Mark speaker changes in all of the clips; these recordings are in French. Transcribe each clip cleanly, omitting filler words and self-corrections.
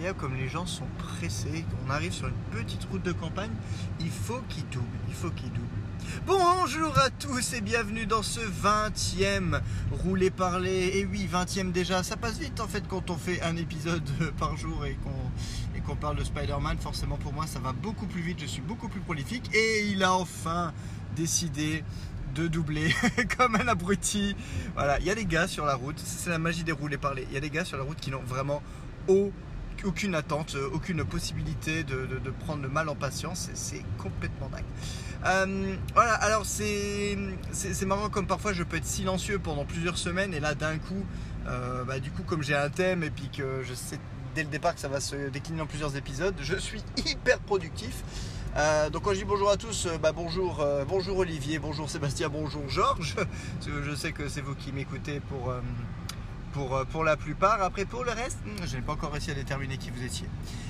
Speaker 1: incroyable comme les gens sont pressés. On arrive sur une petite route de campagne, il faut qu'ils doublent, il faut qu'ils doublent. Bonjour à tous et bienvenue dans ce 20e roulé parler. Et oui, 20e déjà, ça passe vite en fait quand on fait un épisode par jour et qu'on parle de Spider-Man. Forcément pour moi ça va beaucoup plus vite, je suis beaucoup plus prolifique. Et il a enfin décidé de doubler comme un abruti. Voilà, il y a des gars sur la route, c'est la magie des roulés parler. Il y a des gars sur la route qui n'ont vraiment aucune attente, aucune possibilité de prendre le mal en patience. C'est complètement dingue. Voilà, alors c'est marrant comme parfois je peux être silencieux pendant plusieurs semaines et là d'un coup, du coup comme j'ai un thème et puis que je sais dès le départ que ça va se décliner en plusieurs épisodes, je suis hyper productif. Donc quand je dis bonjour à tous, bonjour Olivier, bonjour Sébastien, bonjour Georges. Je sais que c'est vous qui m'écoutez pour la plupart. Après pour le reste, je n'ai pas encore réussi à déterminer qui vous étiez.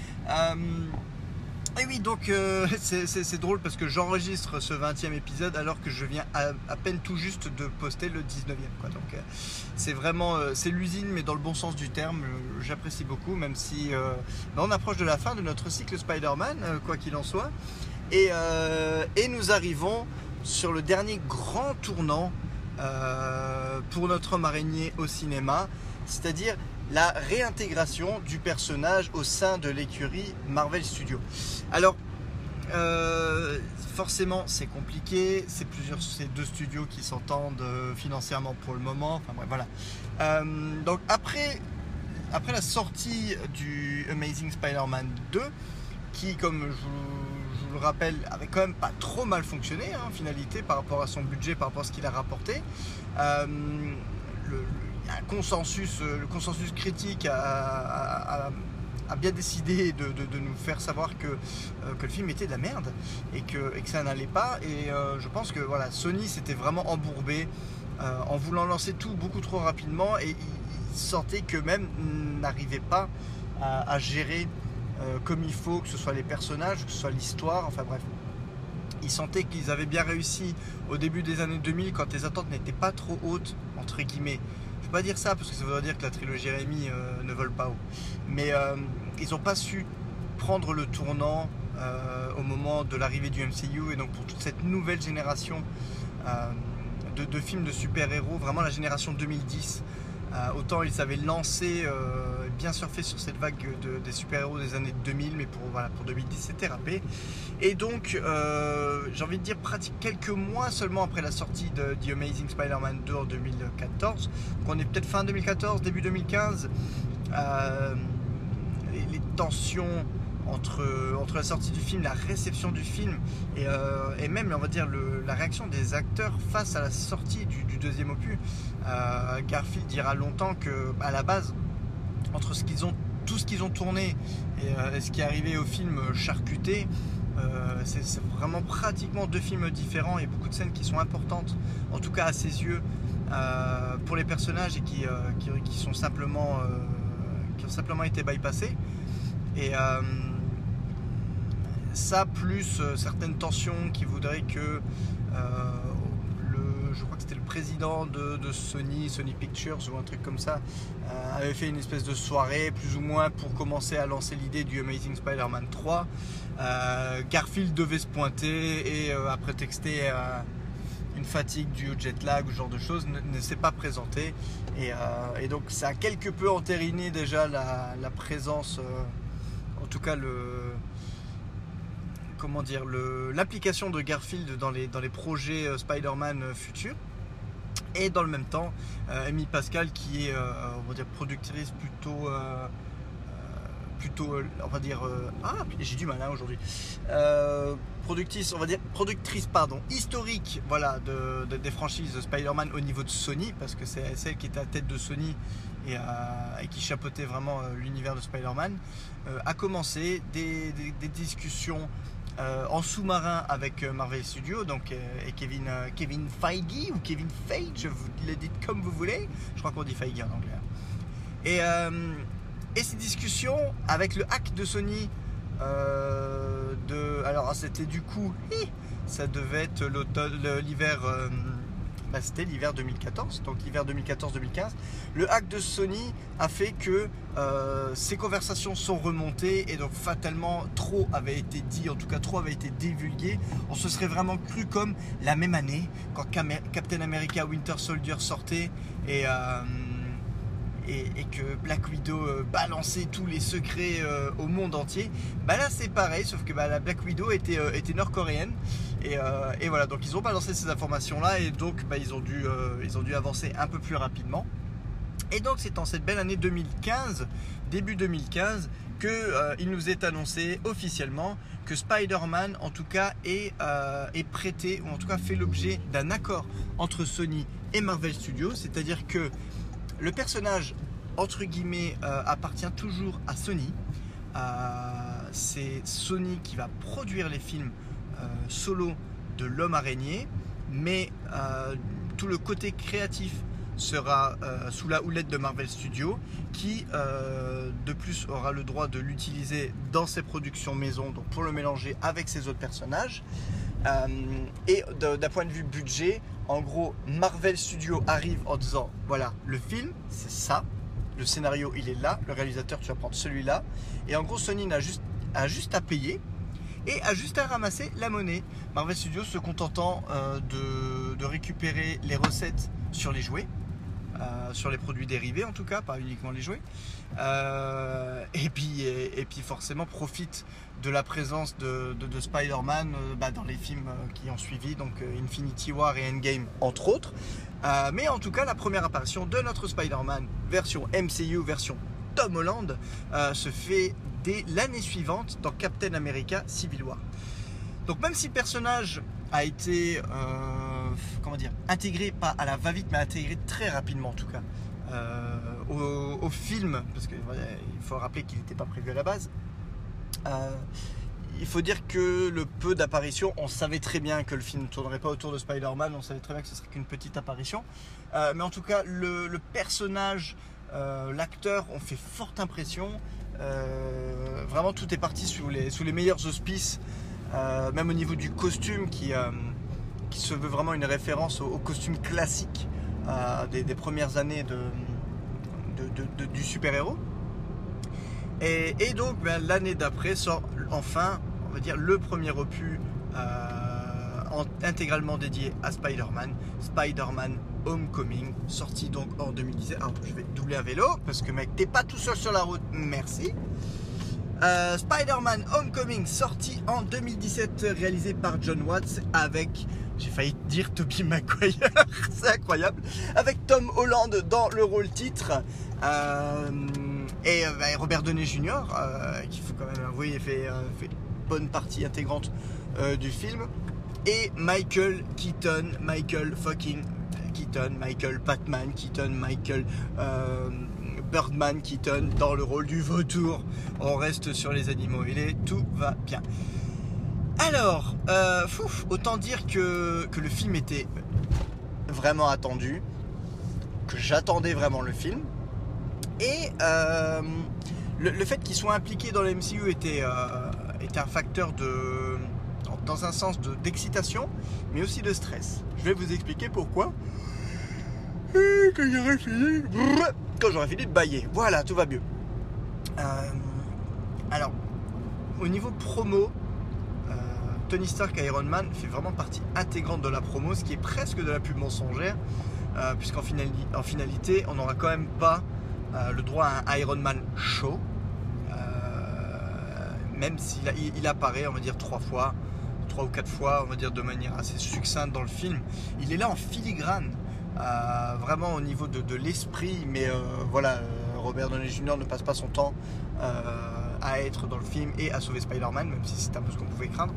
Speaker 1: Et oui, donc c'est drôle parce que j'enregistre ce 20e épisode alors que je viens à peine tout juste de poster le 19e. Quoi. Donc c'est vraiment, c'est l'usine mais dans le bon sens du terme. J'apprécie beaucoup même si on approche de la fin de notre cycle Spider-Man, quoi qu'il en soit. Et nous arrivons sur le dernier grand tournant pour notre homme araignée au cinéma, c'est-à-dire la réintégration du personnage au sein de l'écurie Marvel Studios. Alors, forcément, c'est compliqué. C'est deux studios qui s'entendent financièrement pour le moment. Enfin bref, voilà. Donc après la sortie du Amazing Spider-Man 2, qui, comme je vous le rappelle, avait quand même pas trop mal fonctionné, en finalité, par rapport à son budget, par rapport à ce qu'il a rapporté. Le consensus critique a bien décidé de nous faire savoir que le film était de la merde et que ça n'allait pas. Et je pense que voilà, Sony s'était vraiment embourbé en voulant lancer tout beaucoup trop rapidement et il sentait qu'eux-mêmes n'arrivaient pas à gérer comme il faut, que ce soit les personnages, que ce soit l'histoire, enfin bref. Ils sentaient qu'ils avaient bien réussi au début des années 2000 quand les attentes n'étaient pas trop hautes, entre guillemets. Je ne peux pas dire ça parce que ça voudrait dire que la trilogie Raimi ne vole pas haut. Mais ils n'ont pas su prendre le tournant au moment de l'arrivée du MCU et donc pour toute cette nouvelle génération de films de super-héros, vraiment la génération 2010. Autant ils avaient lancé, bien surfé sur cette vague des super-héros des années 2000, mais pour 2010 c'était râpé. Et donc j'ai envie de dire quelques mois seulement après la sortie de The Amazing Spider-Man 2 en 2014, donc on est peut-être fin 2014, début 2015, les tensions entre la sortie du film, la réception du film et même on va dire la réaction des acteurs face à la sortie du deuxième opus. Garfield dira longtemps que à la base, entre tout ce qu'ils ont tourné et ce qui est arrivé au film charcuté, c'est vraiment pratiquement deux films différents et beaucoup de scènes qui sont importantes, en tout cas à ses yeux, pour les personnages et qui ont simplement été bypassés. Et ça plus certaines tensions qui voudraient que je crois que c'était le président de Sony Pictures ou un truc comme ça, avait fait une espèce de soirée plus ou moins pour commencer à lancer l'idée du Amazing Spider-Man 3. Garfield devait se pointer et a prétexté une fatigue due au jet lag ou ce genre de choses, ne s'est pas présenté et donc ça a quelque peu entériné déjà la présence, en tout cas l'application de Garfield dans les projets Spider-Man futurs. Et dans le même temps, Amy Pascal qui est on va dire productrice plutôt on va dire j'ai du mal aujourd'hui, productrice historique, voilà, des franchises Spider-Man au niveau de Sony, parce que c'est celle qui était à la tête de Sony et qui chapeautait vraiment l'univers de Spider-Man, a commencé des discussions en sous-marin avec Marvel Studios, donc et Kevin Feige ou Kevin Feige, vous le dites comme vous voulez, je crois qu'on dit Feige en anglais. Et ces discussions avec le hack de Sony, alors c'était du coup, ça devait être l'hiver c'était l'hiver 2014, donc l'hiver 2014-2015. Le hack de Sony a fait que ces conversations sont remontées et donc fatalement trop avait été dit, en tout cas trop avait été divulgué. On se serait vraiment cru comme la même année quand Captain America Winter Soldier sortait et que Black Widow balançait tous les secrets au monde entier. Là c'est pareil, sauf que la Black Widow était nord-coréenne et voilà, donc ils ont balancé ces informations là et donc ils ont dû avancer un peu plus rapidement. Et donc c'est en cette belle année 2015, début 2015, qu'il nous est annoncé officiellement que Spider-Man en tout cas est prêté, ou en tout cas fait l'objet d'un accord entre Sony et Marvel Studios, c'est-à-dire que le personnage, entre guillemets, appartient toujours à Sony. C'est Sony qui va produire les films solo de l'homme araignée, mais tout le côté créatif sera sous la houlette de Marvel Studios, qui de plus aura le droit de l'utiliser dans ses productions maison, donc pour le mélanger avec ses autres personnages. Et d'un point de vue budget, en gros, Marvel Studios arrive en disant voilà, le film c'est ça, le scénario il est là, le réalisateur tu vas prendre celui-là, et en gros Sony a juste à payer et a juste à ramasser la monnaie. Marvel Studios se contentant de récupérer les recettes sur les jouets, sur les produits dérivés en tout cas, pas uniquement les jouets, et puis forcément profite de la présence de Spider-Man dans les films qui ont suivi, donc Infinity War et Endgame entre autres, mais en tout cas la première apparition de notre Spider-Man version MCU, version Tom Holland, se fait dès l'année suivante dans Captain America Civil War. Donc même si le personnage a été intégré, pas à la va-vite, mais intégré très rapidement en tout cas au film, parce qu'il faut rappeler qu'il n'était pas prévu à la base. Il faut dire que le peu d'apparitions, on savait très bien que le film ne tournerait pas autour de Spider-Man, on savait très bien que ce serait qu'une petite apparition, mais en tout cas le personnage, l'acteur ont fait forte impression. Vraiment tout est parti sous les meilleurs auspices, même au niveau du costume qui se veut vraiment une référence au costume classique des premières années du super-héros. Et donc l'année d'après sort enfin, on va dire, le premier opus intégralement dédié à Spider-Man, Spider-Man Homecoming, sorti donc en 2017. Alors je vais doubler un vélo parce que mec, t'es pas tout seul sur la route, merci. Spider-Man Homecoming, sorti en 2017, réalisé par John Watts avec, j'ai failli dire Tobey Maguire, c'est incroyable, avec Tom Holland dans le rôle titre, et Robert Downey Jr., qu'il faut quand même avouer fait bonne partie intégrante du film, et Michael Keaton, Michael Batman Keaton, Michael Birdman Keaton dans le rôle du vautour. On reste sur les animaux et tout va bien. Alors, autant dire que le film était vraiment attendu, que j'attendais vraiment le film, et le fait qu'il soit impliqué dans le MCU était un facteur dans un sens d'excitation, mais aussi de stress. Je vais vous expliquer pourquoi. Quand j'aurai fini de bailler, voilà, tout va mieux. Alors, au niveau promo, Tony Stark et Iron Man fait vraiment partie intégrante de la promo, ce qui est presque de la pub mensongère, puisqu'en finalité, on n'aura quand même pas le droit à un Iron Man show, même s'il apparaît, on va dire 3 ou 4 fois, on va dire de manière assez succincte dans le film. Il est là en filigrane, vraiment au niveau de l'esprit, mais Robert Downey Jr. ne passe pas son temps à être dans le film et à sauver Spider-Man, même si c'est un peu ce qu'on pouvait craindre.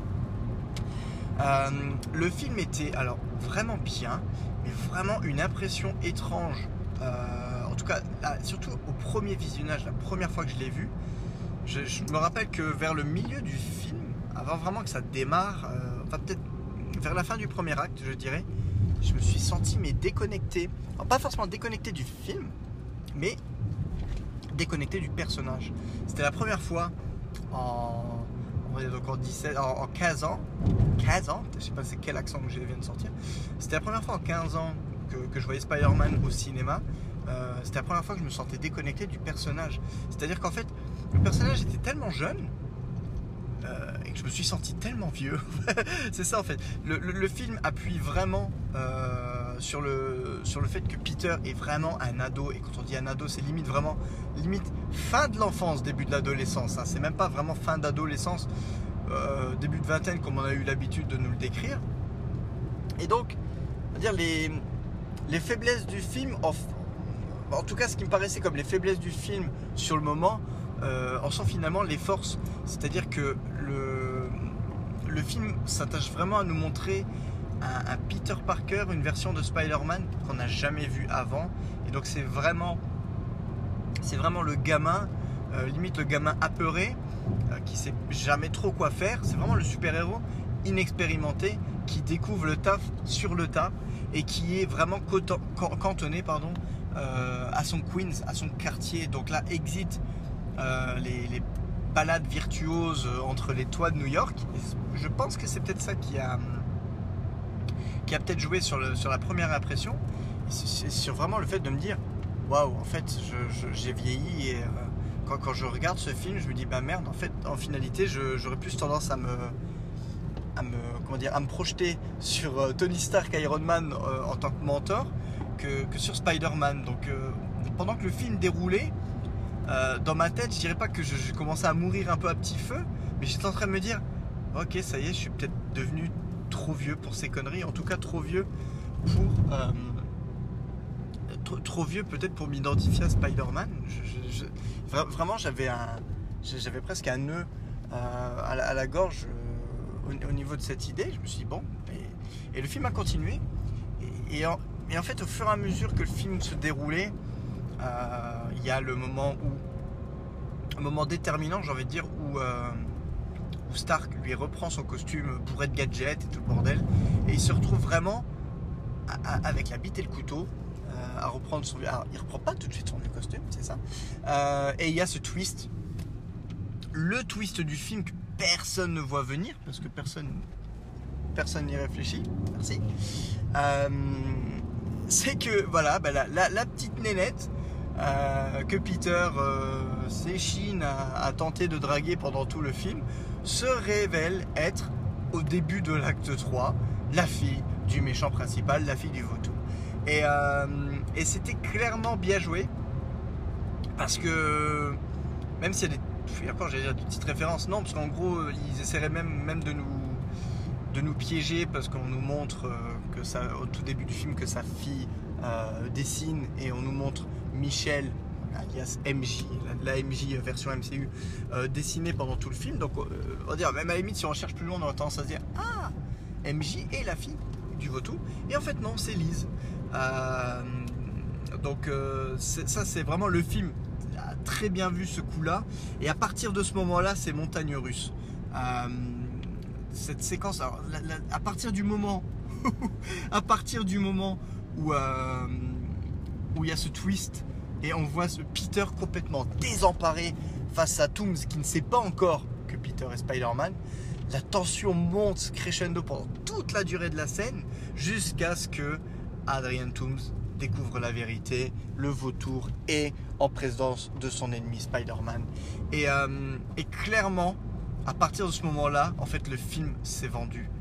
Speaker 1: Le film était alors vraiment bien, mais vraiment une impression étrange, en tout cas surtout au premier visionnage, la première fois que je l'ai vu. Je me rappelle que vers le milieu du film, avant vraiment que ça démarre, peut-être vers la fin du premier acte, je dirais, je me suis senti déconnecté. Alors, pas forcément déconnecté du film, mais déconnecté du personnage. C'était la première fois en donc en 15 ans, 15 ans, je sais pas c'est quel accent que je viens de sortir, c'était la première fois en 15 ans que je voyais Spider-Man au cinéma. C'était la première fois que je me sentais déconnecté du personnage. C'est-à-dire qu'en fait, le personnage était tellement jeune et que je me suis senti tellement vieux. C'est ça en fait. Le film appuie vraiment sur le fait que Peter est vraiment un ado. Et quand on dit un ado, c'est limite fin de l'enfance, début de l'adolescence. Hein. C'est même pas vraiment fin d'adolescence, début de vingtaine comme on a eu l'habitude de nous le décrire. Et donc, on va dire les faiblesses du film, en tout cas ce qui me paraissait comme les faiblesses du film sur le moment, en sont finalement les forces. C'est-à-dire que le film s'attache vraiment à nous montrer un Peter Parker, une version de Spider-Man qu'on n'a jamais vu avant. Et donc c'est vraiment le gamin, limite le gamin apeuré, qui sait jamais trop quoi faire. C'est vraiment le super-héros inexpérimenté qui découvre le taf sur le tas et qui est vraiment cantonné à son Queens, à son quartier. Donc là, exit les balades virtuoses entre les toits de New York. Et je pense que c'est peut-être ça qui a peut-être joué sur la première impression. C'est sur vraiment le fait de me dire waouh, en fait j'ai vieilli, et quand je regarde ce film, je me dis bah merde, en fait en finalité j'aurais plus tendance à me projeter sur Tony Stark, Iron Man en tant que mentor que sur Spider-Man. Donc pendant que le film déroulait, dans ma tête, je dirais pas que je commençais à mourir un peu à petit feu, mais j'étais en train de me dire ok, ça y est, je suis peut-être devenu trop vieux pour ces conneries, en tout cas trop vieux peut-être pour m'identifier à Spider-Man. Vraiment j'avais presque un nœud à la gorge au niveau de cette idée. Je me suis dit bon, et le film a continué, et en fait au fur et à mesure que le film se déroulait, il y a un moment déterminant, j'ai envie de dire, où Stark lui reprend son costume pour être Gadget et tout le bordel, et il se retrouve vraiment avec la bite et le couteau à reprendre son... Alors, il reprend pas tout de suite son vieux costume, c'est ça, et il y a ce twist, le twist du film que personne ne voit venir parce que personne n'y réfléchit. Merci. C'est que voilà, bah, la petite nénette que Peter s'échine à tenter de draguer pendant tout le film se révèle être, au début de l'acte 3, la fille du méchant principal, la fille du vautour. Et c'était clairement bien joué, parce que même s'il y a des petites références, non, parce qu'en gros ils essaieraient même de nous piéger, parce qu'on nous montre que ça, au tout début du film, que sa fille dessine, et on nous montre Michel alias MJ, la MJ version MCU, dessinée pendant tout le film. Donc on va dire, même à la limite, si on cherche plus loin, on aura tendance à se dire ah, MJ est la fille du vautour, et en fait non, c'est Liz. Donc ça, c'est vraiment, le film a très bien vu ce coup là, et à partir de ce moment là, c'est montagne russe. Cette séquence, alors, à partir du moment où il y a ce twist et on voit ce Peter complètement désemparé face à Toomes qui ne sait pas encore que Peter est Spider-Man, la tension monte crescendo pendant toute la durée de la scène, jusqu'à ce que Adrian Toomes découvre la vérité, le vautour est en présence de son ennemi Spider-Man. Et clairement, à partir de ce moment-là, en fait, le film s'est vendu.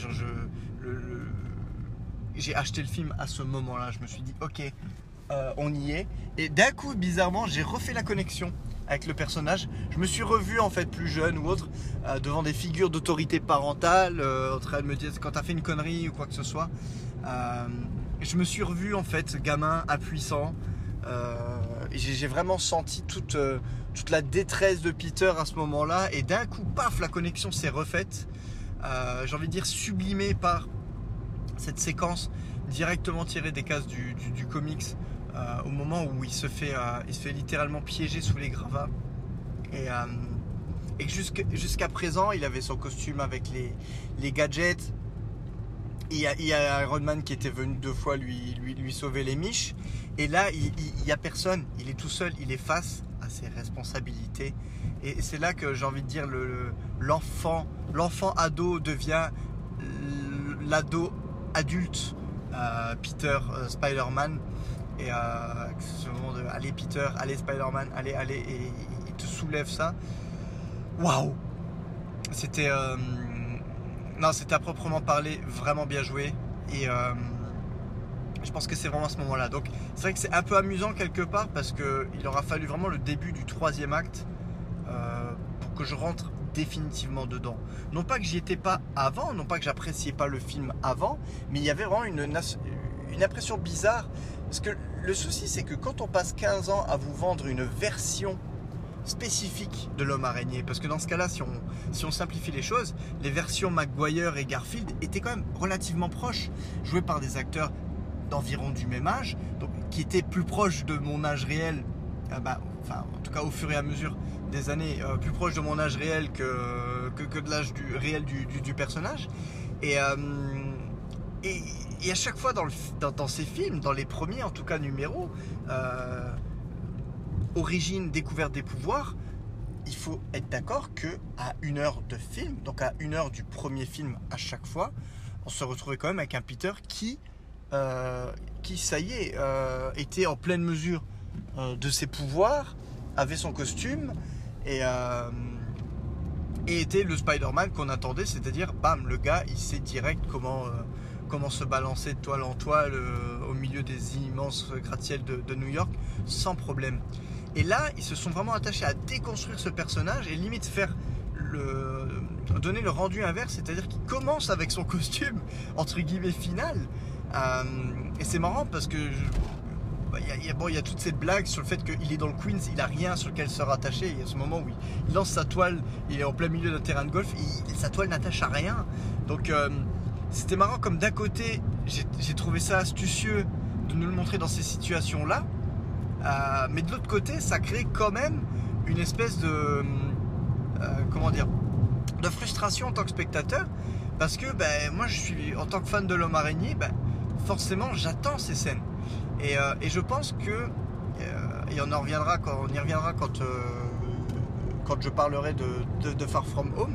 Speaker 1: J'ai acheté le film à ce moment-là. Je me suis dit, ok, on y est. Et d'un coup, bizarrement, j'ai refait la connexion avec le personnage. Je me suis revu, en fait, plus jeune ou autre, devant des figures d'autorité parentale, en train de me dire quand t'as fait une connerie ou quoi que ce soit. Je me suis revu, en fait, gamin impuissant. J'ai vraiment senti toute la détresse de Peter à ce moment-là, et d'un coup, paf, la connexion s'est refaite, j'ai envie de dire sublimée par cette séquence directement tirée des cases du comics, au moment où il se fait littéralement piéger sous les gravats, et jusqu'à présent, il avait son costume avec les gadgets. Il y a Iron Man qui était venu 2 fois lui sauver les miches. Et là, il n'y a personne. Il est tout seul. Il est face à ses responsabilités. Et c'est là que j'ai envie de dire l'enfant ado devient l'ado adulte, Peter Spider-Man. Et ce moment de allez Peter, allez Spider-Man, allez, et il te soulève ça. Waouh! C'était à proprement parler vraiment bien joué. Et je pense que c'est vraiment à ce moment-là. Donc c'est vrai que c'est un peu amusant quelque part parce qu'il aura fallu vraiment le début du 3e acte pour que je rentre définitivement dedans. Non pas que j'y étais pas avant, non pas que j'appréciais pas le film avant, mais il y avait vraiment une impression bizarre. Parce que le souci, c'est que quand on passe 15 ans à vous vendre une version spécifique de l'homme araignée, parce que dans ce cas-là, si on simplifie les choses, les versions Maguire et Garfield étaient quand même relativement proches, jouées par des acteurs d'environ du même âge, donc qui étaient plus proches de mon âge réel, en tout cas au fur et à mesure des années, plus proches de mon âge réel que de l'âge réel du personnage. Et à chaque fois dans ces films, dans les premiers en tout cas numéros, origine, découverte des pouvoirs, il faut être d'accord qu'à 1 heure de film, donc à 1 heure du premier film à chaque fois, on se retrouvait quand même avec un Peter qui ça y est, était en pleine mesure de ses pouvoirs, avait son costume et était le Spider-Man qu'on attendait, c'est-à-dire bam, le gars il sait direct comment se balancer de toile en toile au milieu des immenses gratte-ciels de New York sans problème. Et là, ils se sont vraiment attachés à déconstruire ce personnage et limite donner le rendu inverse, c'est-à-dire qu'il commence avec son costume entre guillemets final. Et c'est marrant parce que il y a toute cette blague sur le fait qu'il est dans le Queens, il a rien sur lequel se rattacher. Il y a ce moment où il lance sa toile, il est en plein milieu d'un terrain de golf, et sa toile n'attache à rien. Donc c'était marrant comme d'un côté j'ai trouvé ça astucieux de nous le montrer dans ces situations-là, mais de l'autre côté ça crée quand même une espèce de de frustration en tant que spectateur, parce que moi je suis en tant que fan de l'homme araignée, forcément j'attends ces scènes et je pense que et on y reviendra quand je parlerai de Far From Home.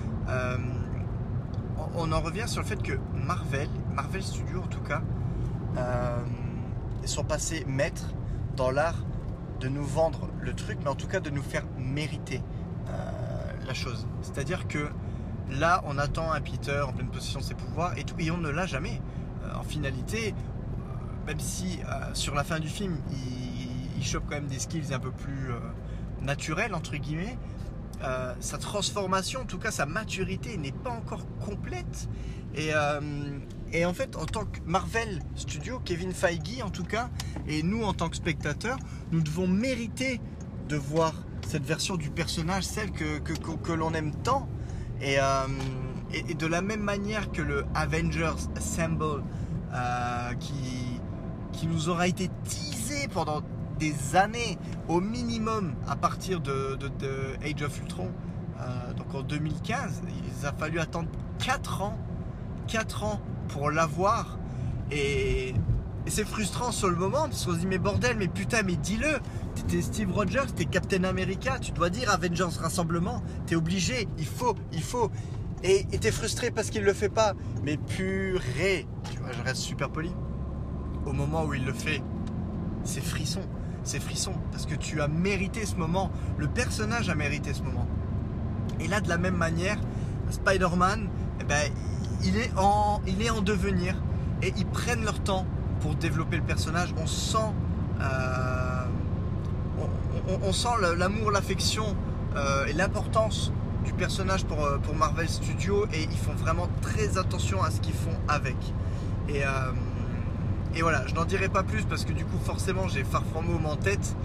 Speaker 1: On en revient sur le fait que Marvel Studios en tout cas sont passés maîtres dans l'art de nous vendre le truc, mais en tout cas de nous faire mériter la chose. C'est-à-dire que là on attend un Peter en pleine possession de ses pouvoirs et tout, et on ne l'a jamais. En finalité, même si sur la fin du film il chope quand même des skills un peu plus naturels entre guillemets, sa transformation, en tout cas sa maturité n'est pas encore complète. Et en fait, en tant que Marvel Studio, Kevin Feige en tout cas, et nous en tant que spectateurs, nous devons mériter de voir cette version du personnage, celle que l'on aime tant. Et de la même manière que le Avengers Assemble qui nous aura été teasé pendant des années au minimum à partir de Age of Ultron, donc en 2015, il a fallu attendre 4 ans pour l'avoir, et c'est frustrant sur le moment parce qu'on se dit mais bordel, mais putain, mais dis-le, t'es Steve Rogers, t'es Captain America, tu dois dire Avengers Rassemblement, t'es obligé, il faut, et t'es frustré parce qu'il le fait pas, mais purée, tu vois, je reste super poli, au moment où il le fait, c'est frisson parce que tu as mérité ce moment, le personnage a mérité ce moment. Et là, de la même manière, Spider-Man, il est en devenir, et ils prennent leur temps pour développer le personnage. On sent l'amour, l'affection et l'importance du personnage pour Marvel Studios, et ils font vraiment très attention à ce qu'ils font avec. Et voilà, je n'en dirai pas plus parce que du coup forcément j'ai Far From Home en tête,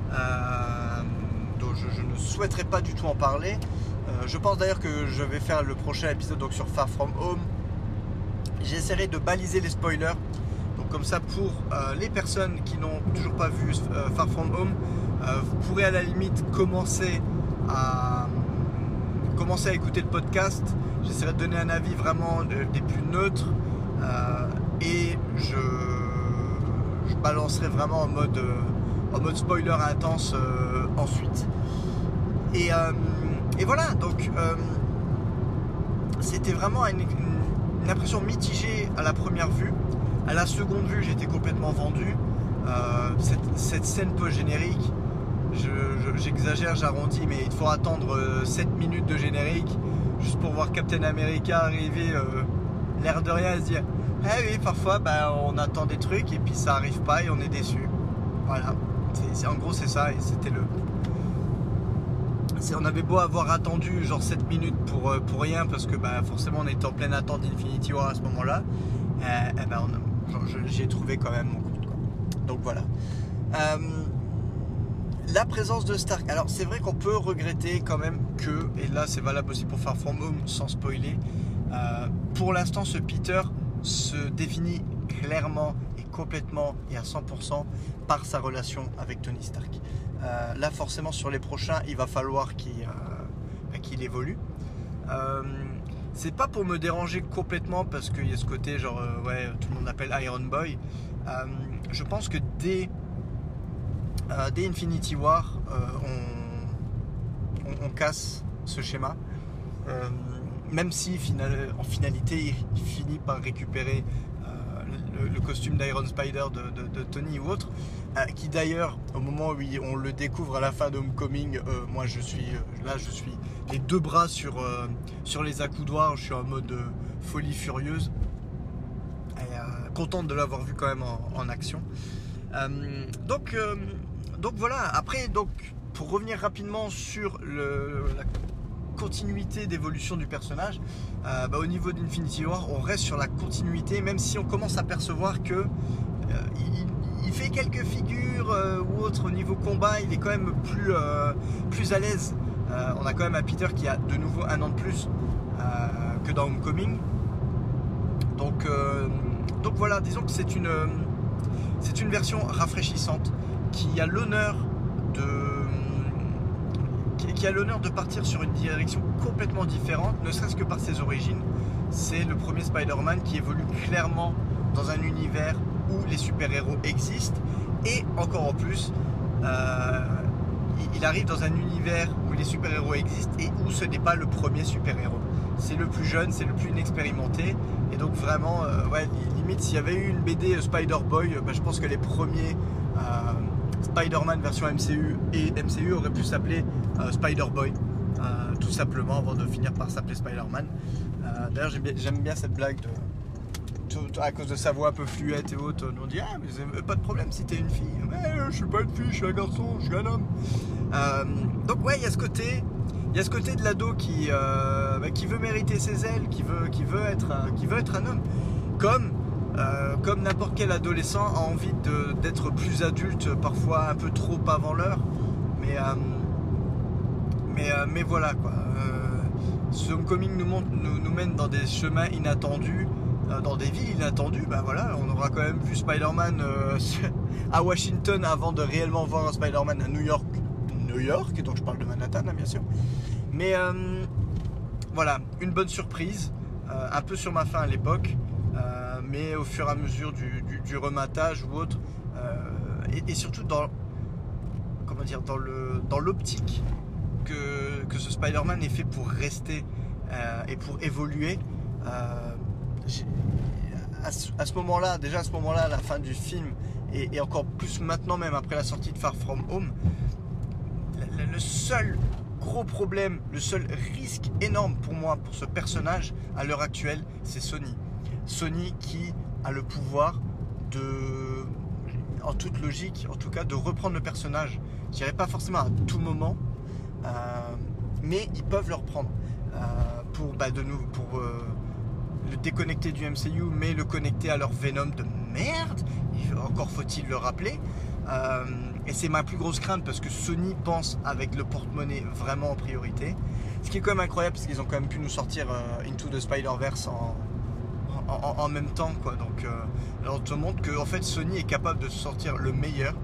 Speaker 1: donc je ne souhaiterais pas du tout en parler. Je pense d'ailleurs que je vais faire le prochain épisode donc sur Far From Home. J'essaierai de baliser les spoilers, donc comme ça pour les personnes qui n'ont toujours pas vu Far From Home, vous pourrez à la limite commencer à écouter le podcast. J'essaierai de donner un avis vraiment des plus neutres, et je balancerai vraiment en mode en mode spoiler intense ensuite. Et voilà, donc c'était vraiment une impression mitigée à la première vue. À la seconde vue, j'étais complètement vendu. Cette scène post-générique, j'exagère, j'arrondis, mais il faut attendre 7 minutes de générique juste pour voir Captain America arriver, l'air de rien, à se dire « Ah oui, parfois on attend des trucs et puis ça arrive pas et on est déçu. » Voilà, en gros c'est ça, et c'était on avait beau avoir attendu genre 7 minutes pour rien, parce que forcément on était en pleine attente d'Infinity War à ce moment-là, j'ai trouvé quand même mon compte, quoi. Donc voilà. La présence de Stark. Alors c'est vrai qu'on peut regretter quand même que, et là c'est valable aussi pour Far From Home sans spoiler, pour l'instant ce Peter se définit clairement et complètement et à 100% par sa relation avec Tony Stark. Là forcément sur les prochains il va falloir qu'il évolue. C'est pas pour me déranger complètement, parce qu'il y a ce côté genre tout le monde appelle Iron Boy. Je pense que dès Infinity War on casse ce schéma, même si en finalité il finit par récupérer le costume d'Iron Spider de Tony ou autre, qui d'ailleurs au moment où on le découvre à la fin d'Homecoming, moi je suis les deux bras sur les accoudoirs, je suis en mode folie furieuse, et contente de l'avoir vu quand même en action. Donc voilà. Après, donc pour revenir rapidement sur la continuité d'évolution du personnage, au niveau d'Infinity War on reste sur la continuité, même si on commence à percevoir que il fait quelques figures ou autres au niveau combat, il est quand même plus à l'aise. On a quand même un Peter qui a de nouveau 1 an de plus que dans Homecoming. Donc voilà, disons que c'est une version rafraîchissante qui a l'honneur de partir sur une direction complètement différente, ne serait-ce que par ses origines. C'est le premier Spider-Man qui évolue clairement dans un univers où les super-héros existent, et encore en plus il arrive dans un univers où les super-héros existent et où ce n'est pas le premier super-héros. C'est le plus jeune, c'est le plus inexpérimenté, et donc vraiment limite s'il y avait eu une BD Spider-Boy, je pense que les premiers Spider-Man version MCU et MCU auraient pu s'appeler Spider-Boy, tout simplement, avant de finir par s'appeler Spider-Man. D'ailleurs j'aime bien cette blague à cause de sa voix un peu fluette et haute, on dit « Ah mais pas de problème si t'es une fille. » Mais je suis pas une fille, je suis un garçon, je suis un homme. Donc il y a ce côté de l'ado qui veut mériter ses ailes, qui veut être un homme, comme n'importe quel adolescent a envie d'être plus adulte, parfois un peu trop avant l'heure, mais voilà quoi. Ce Homecoming nous mène dans des chemins inattendus, dans des villes inattendues. On aura quand même vu Spider-Man à Washington avant de réellement voir un Spider-Man à New York, et donc je parle de Manhattan bien sûr. Mais voilà, une bonne surprise, un peu sur ma faim à l'époque, mais au fur et à mesure du rematage ou autre, et surtout dans l'optique que ce Spider-Man est fait pour rester et pour évoluer. À ce moment-là, à la fin du film, et encore plus maintenant, même après la sortie de Far From Home, le seul gros problème, le seul risque énorme pour moi, pour ce personnage à l'heure actuelle, c'est Sony. Sony qui a le pouvoir en toute logique, en tout cas, de reprendre le personnage. Je dirais pas forcément à tout moment, mais ils peuvent le reprendre pour le déconnecter du MCU, mais le connecter à leur Venom de merde. Encore faut-il le rappeler. Et c'est ma plus grosse crainte, parce que Sony pense avec le porte-monnaie vraiment en priorité. Ce qui est quand même incroyable, parce qu'ils ont quand même pu nous sortir Into the Spider-Verse en même temps, quoi. Donc on te montre que en fait Sony est capable de sortir le meilleur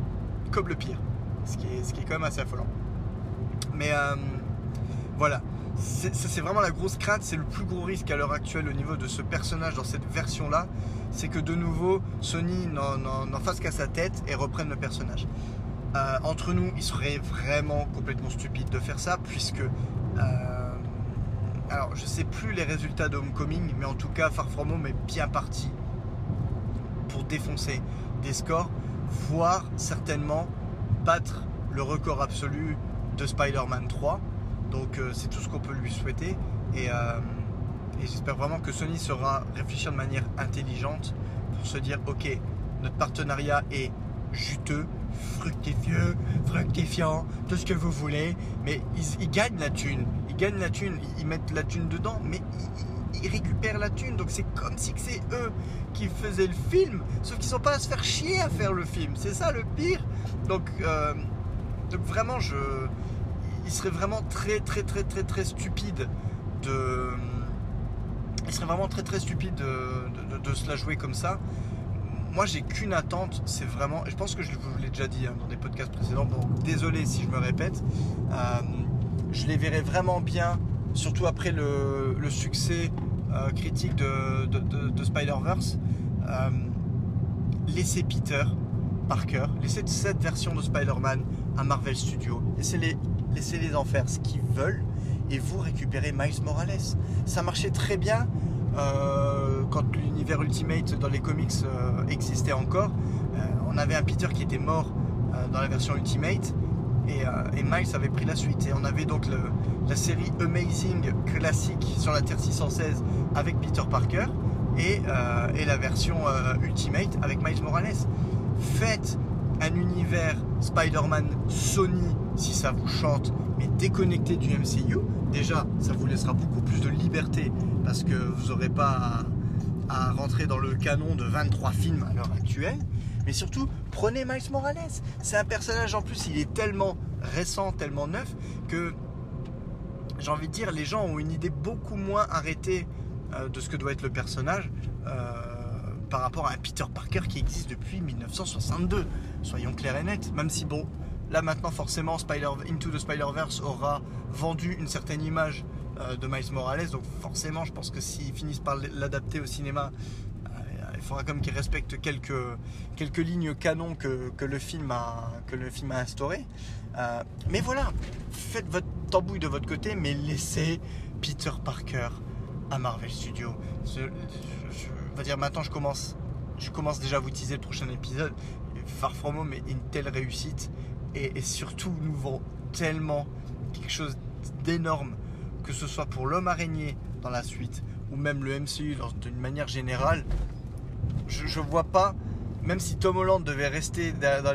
Speaker 1: comme le pire, ce qui est quand même assez affolant. Mais voilà, c'est vraiment la grosse crainte, c'est le plus gros risque à l'heure actuelle au niveau de ce personnage dans cette version-là, c'est que de nouveau Sony n'en fasse qu'à sa tête et reprenne le personnage. Entre nous, il serait vraiment complètement stupide de faire ça, puisque alors je sais plus les résultats de Homecoming, mais en tout cas Far From Home est bien parti pour défoncer des scores, voire certainement battre le record absolu de Spider-Man 3. Donc c'est tout ce qu'on peut lui souhaiter, et j'espère vraiment que Sony saura réfléchir de manière intelligente pour se dire ok, notre partenariat est juteux, fructifiant, tout ce que vous voulez, mais ils gagnent la thune, ils mettent la thune dedans, mais ils récupèrent la thune, donc c'est comme si c'est eux qui faisaient le film, sauf qu'ils sont pas à se faire chier à faire le film, c'est ça le pire. Donc vraiment il serait vraiment très stupide de se la jouer comme ça. Moi j'ai qu'une attente, c'est vraiment, et je pense que je vous l'ai déjà dit dans des podcasts précédents, donc désolé si je me répète, je les verrai vraiment bien, surtout après le succès critique de Spider-Verse, laisser Peter Parker, laisser cette version de Spider-Man à Marvel Studios, laissez-les en faire ce qu'ils veulent, et vous récupérez Miles Morales. Ça marchait très bien quand l'univers Ultimate dans les comics existait encore. On avait un Peter qui était mort dans la version Ultimate, et Miles avait pris la suite, et on avait donc la série Amazing classique sur la Terre 616 avec Peter Parker, et la version Ultimate avec Miles Morales. Faites un univers Spider-Man Sony si ça vous chante, mais déconnecté du MCU. Déjà, ça vous laissera beaucoup plus de liberté, parce que vous n'aurez pas à rentrer dans le canon de 23 films à l'heure actuelle. Mais surtout, prenez Miles Morales. C'est un personnage, en plus, il est tellement récent, tellement neuf, que j'ai envie de dire, les gens ont une idée beaucoup moins arrêtée de ce que doit être le personnage par rapport à un Peter Parker qui existe depuis 1962. Soyons clairs et nets. Même si, bon, là maintenant, forcément, Into the Spider-Verse aura vendu une certaine image de Miles Morales. Donc forcément, je pense que s'ils finissent par l'adapter au cinéma, il faudra quand même qu'ils respectent quelques lignes canon que le film a instauré. Mais voilà, faites votre tambouille de votre côté, mais laissez Peter Parker à Marvel Studios. Je vais dire, maintenant je commence déjà à vous teaser le prochain épisode. Far From Home est une telle réussite, et surtout nous vend tellement quelque chose d'énorme, que ce soit pour l'homme araignée dans la suite, ou même le MCU d'une manière générale. Je vois pas, même si Tom Holland devait rester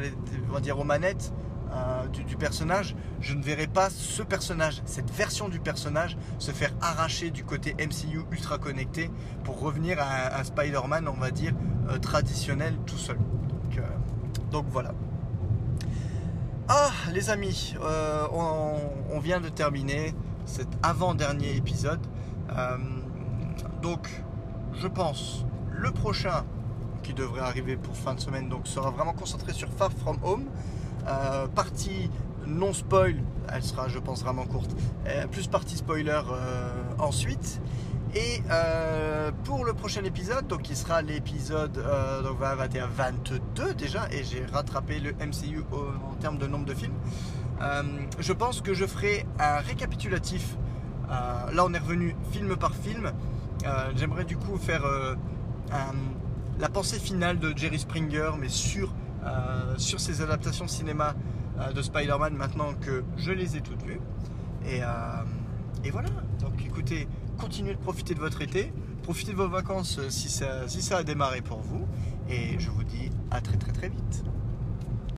Speaker 1: aux manettes du personnage, je ne verrais pas ce personnage, cette version du personnage, se faire arracher du côté MCU ultra connecté pour revenir à un Spider-Man, on va dire, traditionnel tout seul. Donc voilà. Ah les amis, on vient de terminer cet avant-dernier épisode. Donc je pense le prochain qui devrait arriver pour fin de semaine donc sera vraiment concentré sur Far From Home, partie non spoil, elle sera je pense vraiment courte, plus partie spoiler ensuite. Et pour le prochain épisode, donc qui sera l'épisode 21-22 déjà, et j'ai rattrapé le MCU en termes de nombre de films, je pense que je ferai un récapitulatif. Là on est revenu film par film. J'aimerais du coup faire la pensée finale de Jerry Springer, mais sur ces adaptations cinéma de Spider-Man, maintenant que je les ai toutes vues. Et voilà, donc écoutez, continuez de profiter de votre été, profitez de vos vacances si ça a démarré pour vous, et je vous dis à très vite.